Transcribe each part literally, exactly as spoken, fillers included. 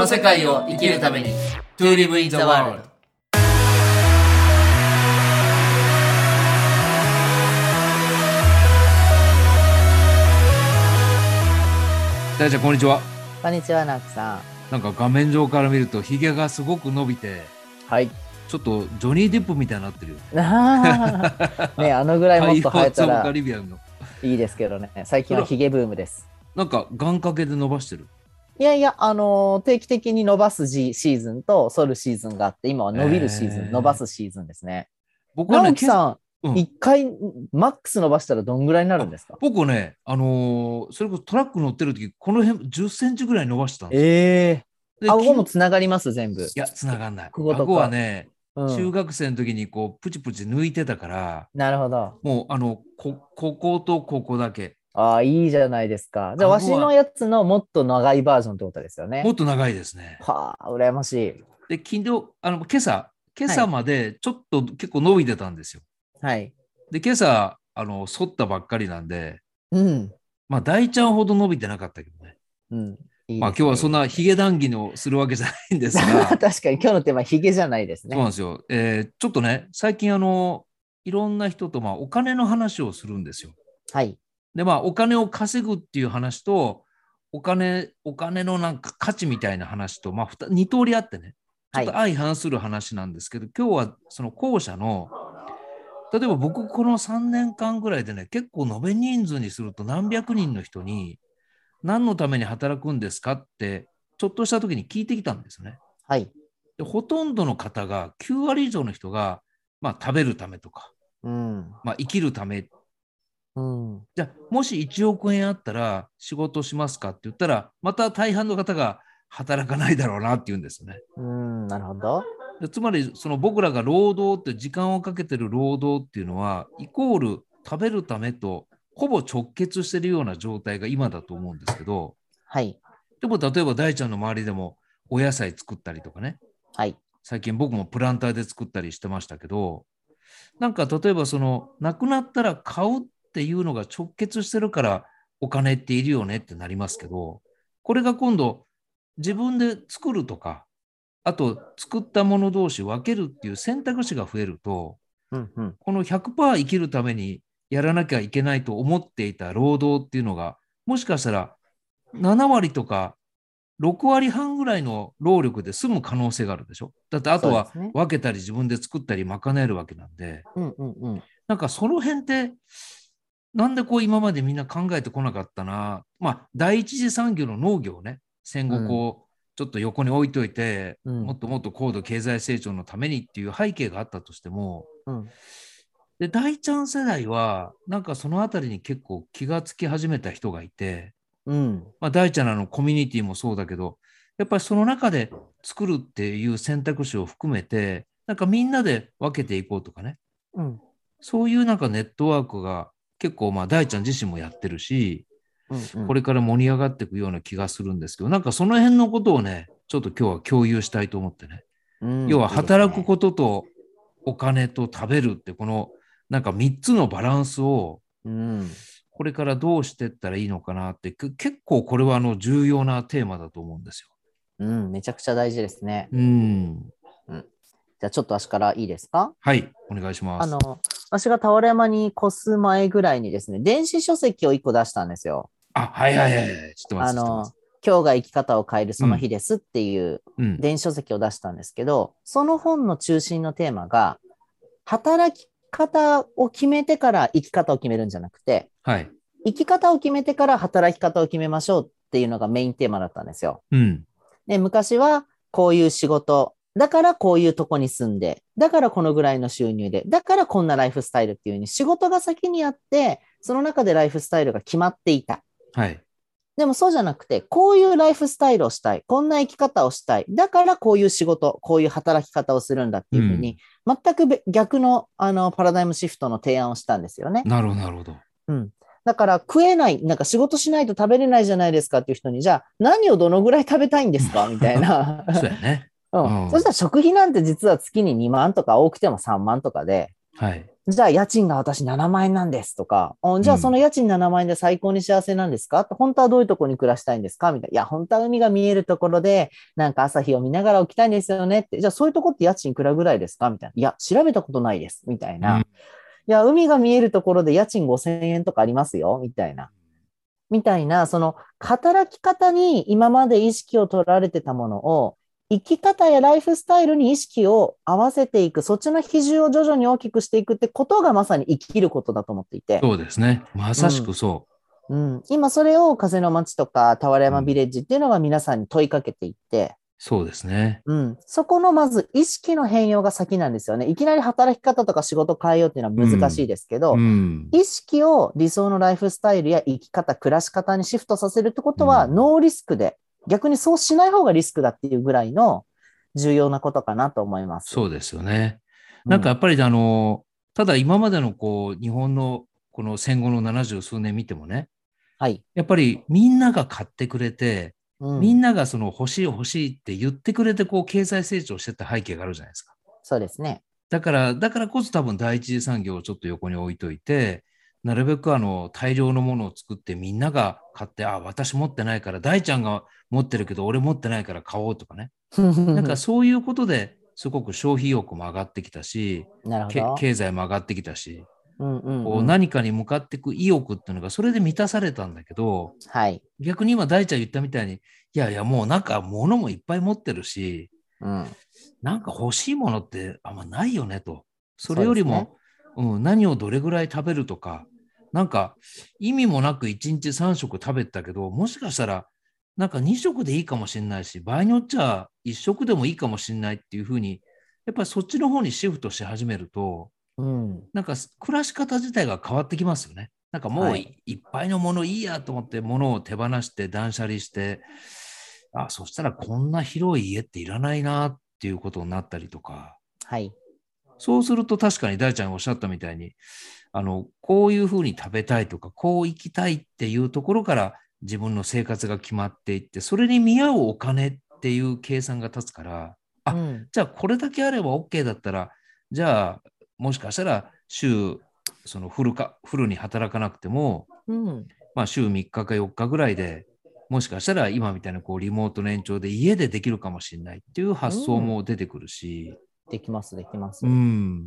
世界を生きるために To live in the world。 大ちゃんこんにちは。 こんにちは、ナクさん。 なんか画面上から見るとひげがすごく伸びて、 はい。 ちょっとジョニー・デップみたいになってるよ。 ね、あのぐらいもっと生えたらカリビアンのいいですけどね。最近はヒゲブームです。 なんか願掛けで伸ばしてる？ いやいや、あのー定期的に伸ばすシーズンと剃るシーズンがあって、今は伸びるシーズン、 えー伸ばすシーズンですね。 僕はね、 直樹さん、 うん一回マックス伸ばしたらどんぐらいになるんですか？ 僕ね、あのーそれこそトラック乗ってる時この辺じゅっセンチぐらい伸ばしてたんですよ。 ええで顎もつながります全部。 いや、つながんない。 こことか顎はね、 うん中学生の時にこうプチプチ抜いてたから、 なるほど。 もうあのここことここだけ。 ああ、いいじゃないですか。じゃあ、わ顎はしのやつのもっと長いバージョンってことですよね。 もっと長いですね。 はあ、羨ましい。 で、昨日、あの今朝、今朝までちょっと結構伸びてたんですよ。 はい。 で、今朝、あの、剃ったばっかりなんで、 うん。 まあ、大ちゃんほど伸びてなかったけどね。 うん。いいですね、 まあ、今日はそんなヒゲ談義をするわけじゃないんですが、 確かに今日のテーマ、ヒゲじゃないですね。 そうなんですよ。えーちょっとね、最近、あの、いろんな人と、まあ、お金の話をするんですよ。 はい。 で、まあ、お金を稼ぐっていう話と、お金、お金のなんか価値みたいな話と、まあ、ふた二通りあってね、ちょっと相反する話なんですけど、今日はその後者の、例えば僕このさんねんかんぐらいでね、結構延べ人数にすると何百人の人に何のために働くんですかってちょっとした時に聞いてきたんですね。 はい。 でほとんどの方がきゅうわり以上の人が、まあ、食べるためとか、 うん。 まあ、生きるため。 うん。 じゃあもしいちおくえんあったら仕事しますかって言ったら、また大半の方が働かないだろうなって言うんですね。 うん。なるほど。 でつまりその僕らが労働って時間をかけてる労働っていうのはイコール食べるためとほぼ直結しているような状態が今だと思うんですけど、 はい。 でも例えば大ちゃんの周りでもお野菜作ったりとかね、 はい。 最近僕もプランターで作ったりしてましたけど、なんか例えばそのなくなったら買うっていうのが直結してるからお金っているよねってなりますけど、これが今度自分で作るとか、あと作ったもの同士分けるっていう選択肢が増えると、 うんうん。 この ひゃくパーセント 生きるためにやらなきゃいけないと思っていた労働っていうのが、もしかしたらななわりとかろくわりはんぐらいの労力で済む可能性があるでしょ。だってあとは分けたり自分で作ったり賄えるわけなんで、 うんうんうん。 なんかその辺ってなんでこう今までみんな考えてこなかったな。まあ第一次産業の農業をね、戦後こう、ちょっと横に置いといて、 うん、 もっともっと高度経済成長のためにっていう背景があったとしても、 うん、 で大ちゃん世代はなんかそのあたりに結構気がつき始めた人がいて、 うん、 まあ、大ちゃんのコミュニティもそうだけど、やっぱりその中で作るっていう選択肢を含めて、なんかみんなで分けていこうとかね、 うん、 そういうなんかネットワークが結構まあ大ちゃん自身もやってるし、 うん、 これから盛り上がっていくような気がするんですけど、なんかその辺のことをね、ちょっと今日は共有したいと思ってね。 うん、 要は働くいいこととお金と食べるってこのなんかみっつのバランスをうん、 これからどうしていったらいいのかなって、結構これはあの重要なテーマだと思うんですよ。 うん、めちゃくちゃ大事ですね。 うん。 うん、じゃあちょっと私からいいですか？ はい、お願いします。 あの、私が俵山に越す前ぐらいにですね、電子書籍をいっこ出したんですよ。 あ、はいはいはい、知ってます、 あの、 知ってます。 今日が生き方を変えるその日ですっていううん。 電子書籍を出したんですけど、その本の中心のテーマが、働き方を決めてから生き方を決めるんじゃなくて、 はい。 生き方を決めてから働き方を決めましょうっていうのがメインテーマだったんですよ。 うん。 で、昔はこういう仕事、だからこういうとこに住んで、だからこのぐらいの収入で、だからこんなライフスタイルっていう風に仕事が先にあって、その中でライフスタイルが決まっていた。 はい。 でもそうじゃなくて、こういうライフスタイルをしたい。こんな生き方をしたい。だからこういう仕事、こういう働き方をするんだっていうふうに、うん、全く逆の、あのパラダイムシフトの提案をしたんですよね。 なるほど、なるほど。 うん。だから食えない、なんか仕事しないと食べれないじゃないですかっていう人に、じゃあ何をどのぐらい食べたいんですかみたいな。 そうやね。 うん。うん、そしたら食費なんて実は月ににまんとか多くてもさんまんとかで、 はい。 じゃあ家賃が私ななまん円なんですとか、おじゃあその家賃ななまん円で最高に幸せなんですか、うん、本当はどういうところに暮らしたいんですかみたいな。いや、本当は海が見えるところで、なんか朝日を見ながら起きたいんですよねって。じゃあそういうところって家賃いくらぐらいですかみたいな。いや、調べたことないです。みたいな。うん、いや、海が見えるところで家賃ごせんえんとかありますよ。みたいな。みたいな、その働き方に今まで意識を取られてたものを、生き方やライフスタイルに意識を合わせていく、そっちの比重を徐々に大きくしていくってことがまさに生きることだと思っていて。 そうですね。まさしくそう。 うんうん、今それを風の街とか俵山ビレッジっていうのが皆さんに問いかけていって、 そうですね。 うん。そこのまず意識の変容が先なんですよね。いきなり働き方とか仕事変えようっていうのは難しいですけど、うんうん、意識を理想のライフスタイルや生き方、暮らし方にシフトさせるってことは、ノーリスクで、逆にそうしない方がリスクだっていうぐらいの重要なことかなと思います。 そうですよね。なんかやっぱりあの、うん、ただ今までのこう、日本のこの戦後のななじゅう数年見てもね、 はい。 やっぱりみんなが買ってくれて、うん、みんながその欲しい欲しいって言ってくれて、こう経済成長してた背景があるじゃないですか。 そうですね。 だから、だからこそ多分第一次産業をちょっと横に置いといて、なるべくあの大量のものを作ってみんなが買って、あ、私持ってないから、大ちゃんが持ってるけど俺持ってないから買おうとかね。なんかそういうことですごく消費意欲も上がってきたし、 なるほど。 経済も上がってきたし、 うんうんうん、 こう何かに向かっていく意欲っていうのがそれで満たされたんだけど、 はい、 逆に今大ちゃん言ったみたいに、いやいやもうなんか物もいっぱい持ってるし、うん、なんか欲しいものってあんまないよねと。それよりも、う、ね、うん、何をどれぐらい食べるとか、なんか意味もなくいちにちさん食食べたけど、もしかしたらなんかに食でいいかもしれないし、場合によっちゃいち食でもいいかもしれないっていうふうに、やっぱりそっちの方にシフトし始めると、うん、なんか暮らし方自体が変わってきますよね。なんかもう い,、はい、いっぱいのものいいやと思って物を手放して断捨離して、あ、そしたらこんな広い家っていらないなっていうことになったりとか、 はい、 そうすると確かに大ちゃんがおっしゃったみたいに、あのこういうふうに食べたいとかこう生きたいっていうところから自分の生活が決まっていって、それに見合うお金っていう計算が立つから、あ、うん、じゃあこれだけあれば OK だったら、じゃあもしかしたら週そのフルかフルに働かなくても、うん、まあ週みっかかよっかぐらいで、もしかしたら今みたいなこうリモートの延長で家でできるかもしれないっていう発想も出てくるし、 うん、できますできます。 うん、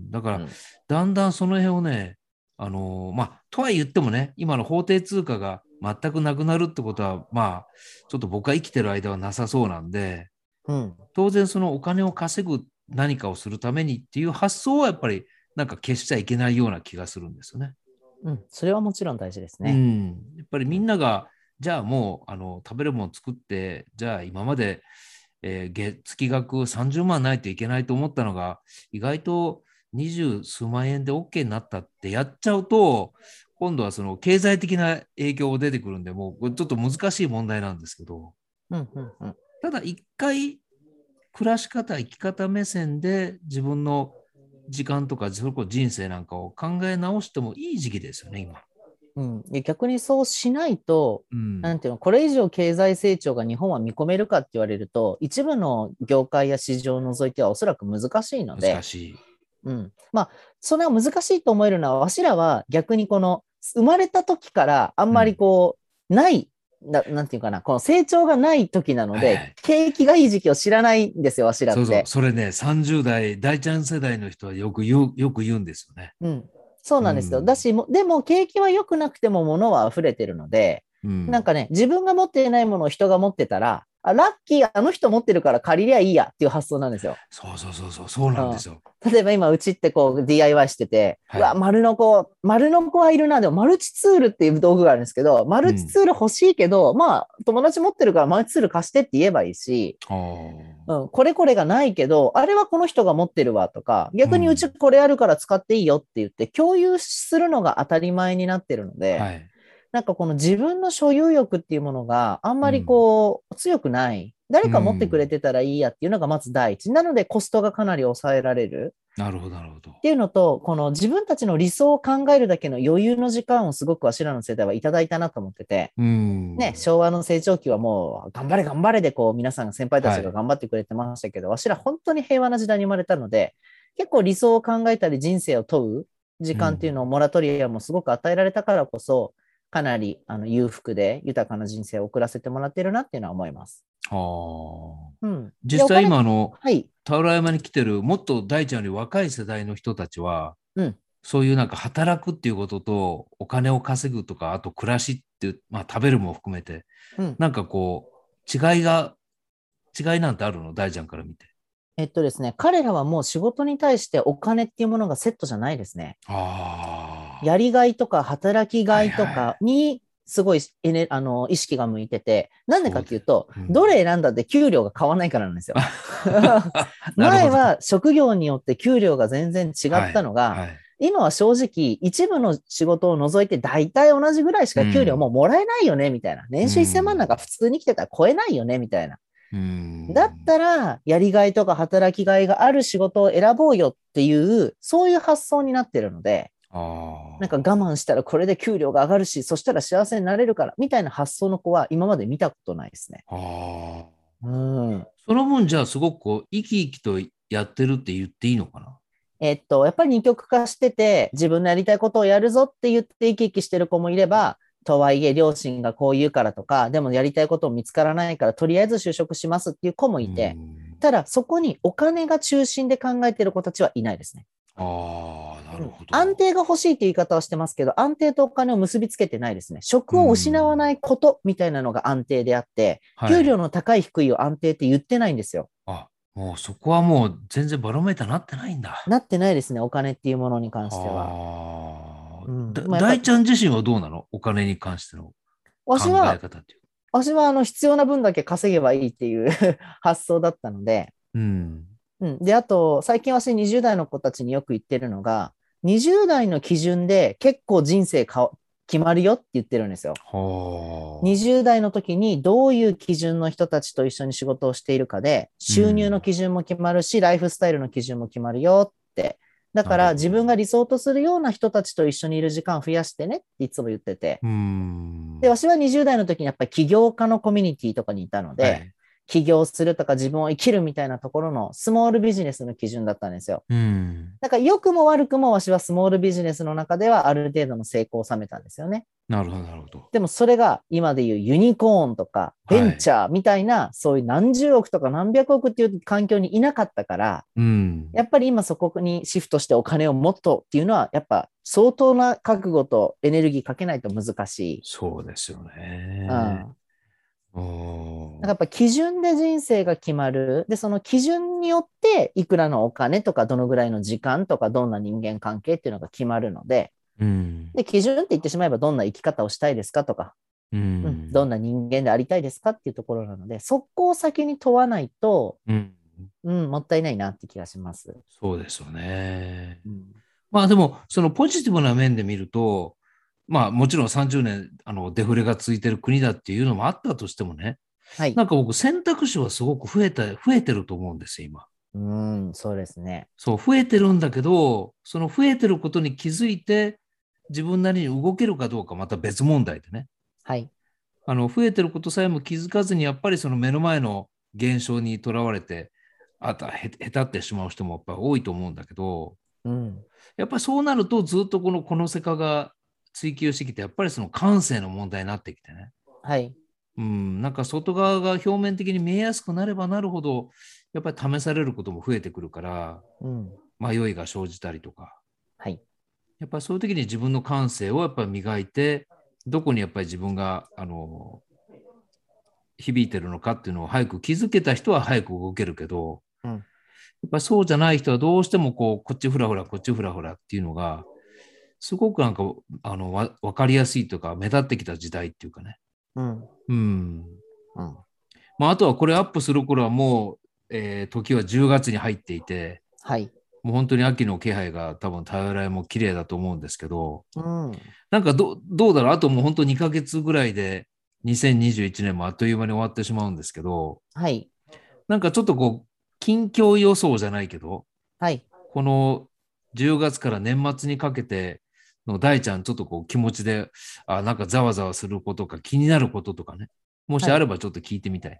だから、うん、だんだんその辺をね、あのー、まあとは言ってもね、今の法定通貨が全くなくなるってことは、まあちょっと僕が生きてる間はなさそうなんで、うん、当然そのお金を稼ぐ何かをするためにっていう発想はやっぱりなんか消しちゃいけないような気がするんですよね。 うん、それはもちろん大事ですね。 うん、やっぱりみんなが、じゃあもうあの食べるもの作って、じゃあ今まで、えー、月月額さんじゅうまんないといけないと思ったのが、意外と二十数万円で OK になったってやっちゃうと、今度はその経済的な影響が出てくるんで、もうちょっと難しい問題なんですけど、 うんうんうん、 ただ一回暮らし方、生き方目線で自分の時間とかそれこそ人生なんかを考え直してもいい時期ですよね、今。 うん、逆にそうしないと、うん、なんていうの、これ以上経済成長が日本は見込めるかって言われると、一部の業界や市場を除いてはおそらく難しいので、 難しい。 うん。まあ、それは難しいと思えるのは、わしらは逆にこの、生まれた時からあんまりこう、うん、ない、な, なんていうかな、この成長がない時なので、はいはい、景気がいい時期を知らないんですよ、わしらって。 そうそう、それね、さんじゅう代、大ちゃん世代の人はよく言う、よく言うんですよね。 うん。そうなんですよ。うん、だし、でも景気は良くなくても物は溢れてるので、うん、なんかね、自分が持っていないものを人が持ってたら、あ、ラッキー、あの人持ってるから借りりゃいいやっていう発想なんですよ。 そうそうそうそう、そうなんですよ。 うん、例えば今、うちってこう ディーアイワイ してて、はい、うわ、丸のこ、丸のこはいるな。でも、マルチツールっていう道具があるんですけど、マルチツール欲しいけど、うん、まあ、友達持ってるからマルチツール貸してって言えばいいし、うん、これこれがないけど、あれはこの人が持ってるわとか、逆にうちこれあるから使っていいよって言って、共有するのが当たり前になってるので、はい、なんかこの自分の所有欲っていうものがあんまりこう、うん、強くない。誰か持ってくれてたらいいやっていうのがまず第一。なのでコストがかなり抑えられる。 なるほど、なるほど。 っていうのと、この自分たちの理想を考えるだけの余裕の時間をすごくわしらの世代はいただいたなと思ってて、うんね、昭和の成長期はもう頑張れ頑張れでこう皆さんが先輩たちが頑張ってくれてましたけど、はい、わしら本当に平和な時代に生まれたので、結構理想を考えたり人生を問う時間っていうのをモラトリアムもすごく与えられたからこそ、かなりあの裕福で豊かな人生を送らせてもらってるなっていうのは思います。 はあ。 うん、 実際今の、 はい、 田浦山に来てるもっと大ちゃんより若い世代の人たちは、 うん、 そういうなんか働くっていうこととお金を稼ぐとか、あと暮らしっていう、まあ食べるも含めて、 うん。 なんかこう、違いが、違いなんてあるの大ちゃんから見て。 えっとですね、彼らはもう仕事に対してお金っていうものがセットじゃないですね。 ああ。 やりがいとか働きがいとはいはかにすごいエネあの意識が向いてて、なんでかっていうと、 そうでうんどれ選んだって給料が変わらないからなんですよ。 なるほど。 前は職業によって給料が全然違ったのが、 はいはい。 今は正直一部の仕事を除いて大体同じぐらいしか給料もうもらえないよね、みたいな。年収せんまんなんか普通に生きてたら超えないよね、みたいな。 うんだったら、やりがいとか働きがいがある仕事を選ぼうよっていう、そういう発想になってるので、 あなんか我慢したらこれで給料が上がるし、そしたら幸せになれるから、みたいな発想の子は今まで見たことないですね。 あ。 うん。 その分じゃあすごくこう生き生きとやってるって言っていいのかな。 えっと、やっぱり二極化してて、自分のやりたいことをやるぞって言って生き生きしてる子もいれば、とはいえ両親がこう言うからとか、でもやりたいこと見つからないから、とりあえず就職しますっていう子もいて、ただそこにお金が中心で考えてる子たちはいないですね。 ああ、なるほど。 安定が欲しいって言い方はしてますけど、安定とお金を結びつけてないですね。職を失わないことみたいなのが安定であって、給料の高い低いを安定って言ってないんですよ。 あ、もうそこはもう全然バロメーターなってないんだ。 なってないですね、お金っていうものに関しては。 はあ。 うん、 だまあ、やっぱ大ちゃん自身はどうなのお金に関しての考えわしは、 方っていう。 私はあの必要な分だけ稼げばいいっていう発想だったので、 うん。 うん。で、あと、最近私にじゅう代の子たちによく言ってるのが、にじゅう代の基準で結構人生か決まるよって言ってるんですよ。 はあ。 にじゅう代の時にどういう基準の人たちと一緒に仕事をしているかで、収入の基準も決まるし、うん、ライフスタイルの基準も決まるよって。だから自分が理想とするような人たちと一緒にいる時間を増やしてねっていつも言ってて。 うん。 で、私はにじゅう代の時にやっぱり起業家のコミュニティとかにいたので、はい、起業するとか自分を生きるみたいなところのスモールビジネスの基準だったんですよ。 うん。 だから良くも悪くも私はスモールビジネスの中ではある程度の成功を収めたんですよね。 なるほど、なるほど。 でもそれが今でいうユニコーンとかベンチャーみたいな、はい、そういう何十億とか何百億っていう環境にいなかったから、 うん、 やっぱり今そこにシフトしてお金をもっとっていうのはやっぱ相当な覚悟とエネルギーかけないと難しい。 そうですよね。 うんおなんかやっぱ基準で人生が決まる。で、その基準によっていくらのお金とかどのぐらいの時間とかどんな人間関係っていうのが決まるので、 うん、 で、基準って言ってしまえばどんな生き方をしたいですかとか、 うんうん、どんな人間でありたいですかっていうところなので、そこを先に問わないと、 うんうん、もったいないなって気がします。 そうですよね。 うん、 まあでも、そのポジティブな面で見ると、まあもちろんさんじゅうねんあのデフレが続いてる国だっていうのもあったとしてもね、 はい。 なんか僕選択肢はすごく増えた、増えてると思うんですよ、今。 うん、そうですね。 そう、増えてるんだけど、その増えてることに気づいて、自分なりに動けるかどうかまた別問題でね。 はい。 あの、増えてることさえも気づかずに、やっぱりその目の前の現象にとらわれて、あとはへへたってしまう人もやっぱり多いと思うんだけど、 うん、 やっぱりそうなるとずっとこの、この世界が追求してきて、やっぱりその感性の問題になってきてね。 はい。 うん、なんか外側が表面的に見えやすくなればなるほど、やっぱり試されることも増えてくるから、 うん、 迷いが生じたりとか。 はい。 やっぱりそういう時に自分の感性をやっぱり磨いて、どこにやっぱり自分が、あの、響いてるのかっていうのを早く気づけた人は早く動けるけど、 うん、 やっぱりそうじゃない人はどうしてもこう、こっちふらふら、こっちふらふらっていうのが、すごくなんか、あの、わ、わかりやすいとか、目立ってきた時代っていうかね。 うん、 うん。 うん。 まあ、あとはこれアップする頃はもう、えー、時はじゅうがつに入っていて、 はい。 もう本当に秋の気配が多分田浦も綺麗だと思うんですけど、 うん、 なんかどどうだろうあともう本当にかげつぐらいでにせんにじゅういちねんもあっという間に終わってしまうんですけど、 はい。 なんかちょっとこう、近況予想じゃないけど、 はい。 このじゅうがつから年末にかけての大ちゃんちょっとこう気持ちで、あ、なんかざわざわすることか気になることとかね、もしはい。 あればちょっと聞いてみたいな。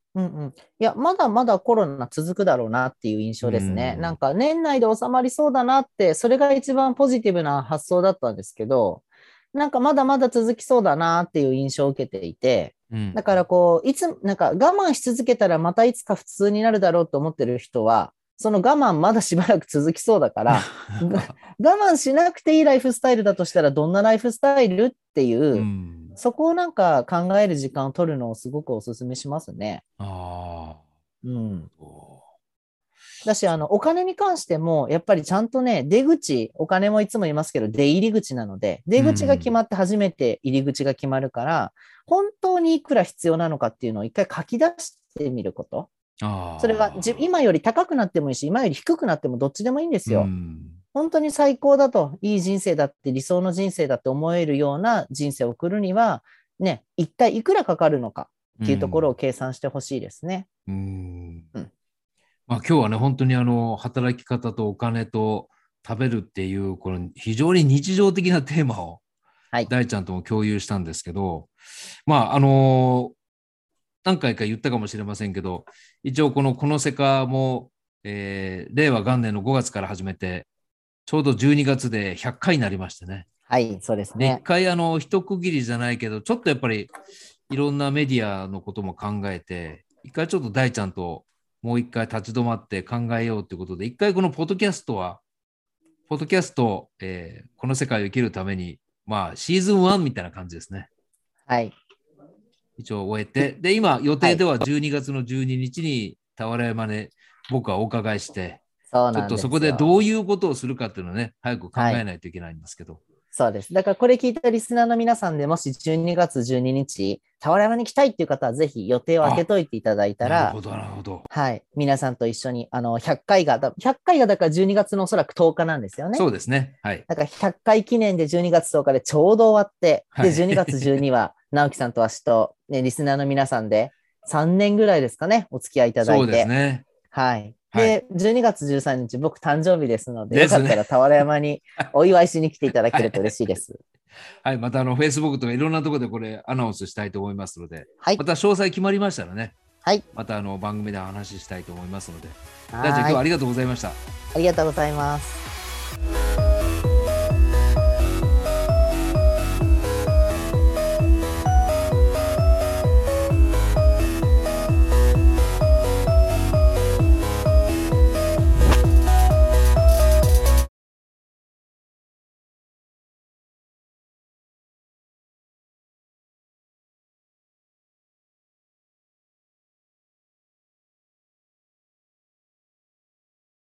うんうん。いや、まだまだコロナ続くだろうなっていう印象ですね。 うんなんか年内で収まりそうだなって、それが一番ポジティブな発想だったんですけど、なんかまだまだ続きそうだなっていう印象を受けていて、 うんだからこう、いつ、なんか我慢し続けたらまたいつか普通になるだろうと思ってる人は、その我慢まだしばらく続きそうだから、が我慢しなくていいライフスタイルだとしたらどんなライフスタイルっていう、 うんそこをなんか考える時間を取るのをすごくお勧めしますね。 あうん。 あだし、あの、お金に関しても、やっぱりちゃんとね、出口、お金もいつも言いますけど、出入り口なので、出口が決まって初めて入り口が決まるから、本当にいくら必要なのかっていうのを一回書き出してみること。 ああそれがじ今より高くなってもいいし、今より低くなってもどっちでもいいんですよ。 うん本当に最高だと、いい人生だって理想の人生だって思えるような人生を送るには、ね、一体いくらかかるのかっていうところを計算してほしいですね。 うんうんまあ、今日はね、本当にあの働き方とお金と食べるっていう、この非常に日常的なテーマをはい。 大ちゃんとも共有したんですけど、まあ、あの何回か言ったかもしれませんけど、一応このこのせかも、えー令和元年のごがつから始めて、ちょうどじゅうにがつでひゃっかいになりましてね。 はい、そうですで、一ね。 回あの一区切りじゃないけど、ちょっとやっぱりいろんなメディアのことも考えて、一回ちょっと大ちゃんともう一回立ち止まって考えようということで、一回このポッドキャストは、ポッドキャスト、えーこの世界を生きるために、まあシーズンワンみたいな感じですね。 はい。 一応終えて、で、今予定ではじゅうにがつのじゅうににちに俵山で僕はお伺いして、ちょっとそうなんですよ。 そこでどういうことをするかっていうのをね、早く考はいえないといけないんですけど。 そうです。だからこれ聞いたリスナーの皆さんでもしじゅうにがつじゅうににち、俵山に来たいっていう方はぜひ予定を空けといていただいたら、 なるほど、なるほど。 はい。皆さんと一緒に、あの、ひゃっかいが、だひゃっかいがだからじゅうにがつのおそらくとおかなんですよね。 そうですね。はい。 だからひゃっかい記念でじゅうにがつとおかでちょうど終わって、 はいで、じゅうにがつじゅうには、直樹さんとわしと、ね、リスナーの皆さんでさんねんぐらいですかね、お付き合いいただいて。 そうですね。 はい。 はいで、じゅうにがつじゅうさんにち、僕誕生日ですので、 ですねよかったら俵山にお祝いしに来ていただけると嬉しいです。 はい。またあの、Facebook とかいろんなところでこれアナウンスしたいと思いますので、 はいま。た詳細決まりましたらね、 はい。 またあの番組でお話ししたいと思いますので。 は大ちゃん、今日はあい。 りがとうございました。 ありがとうございます。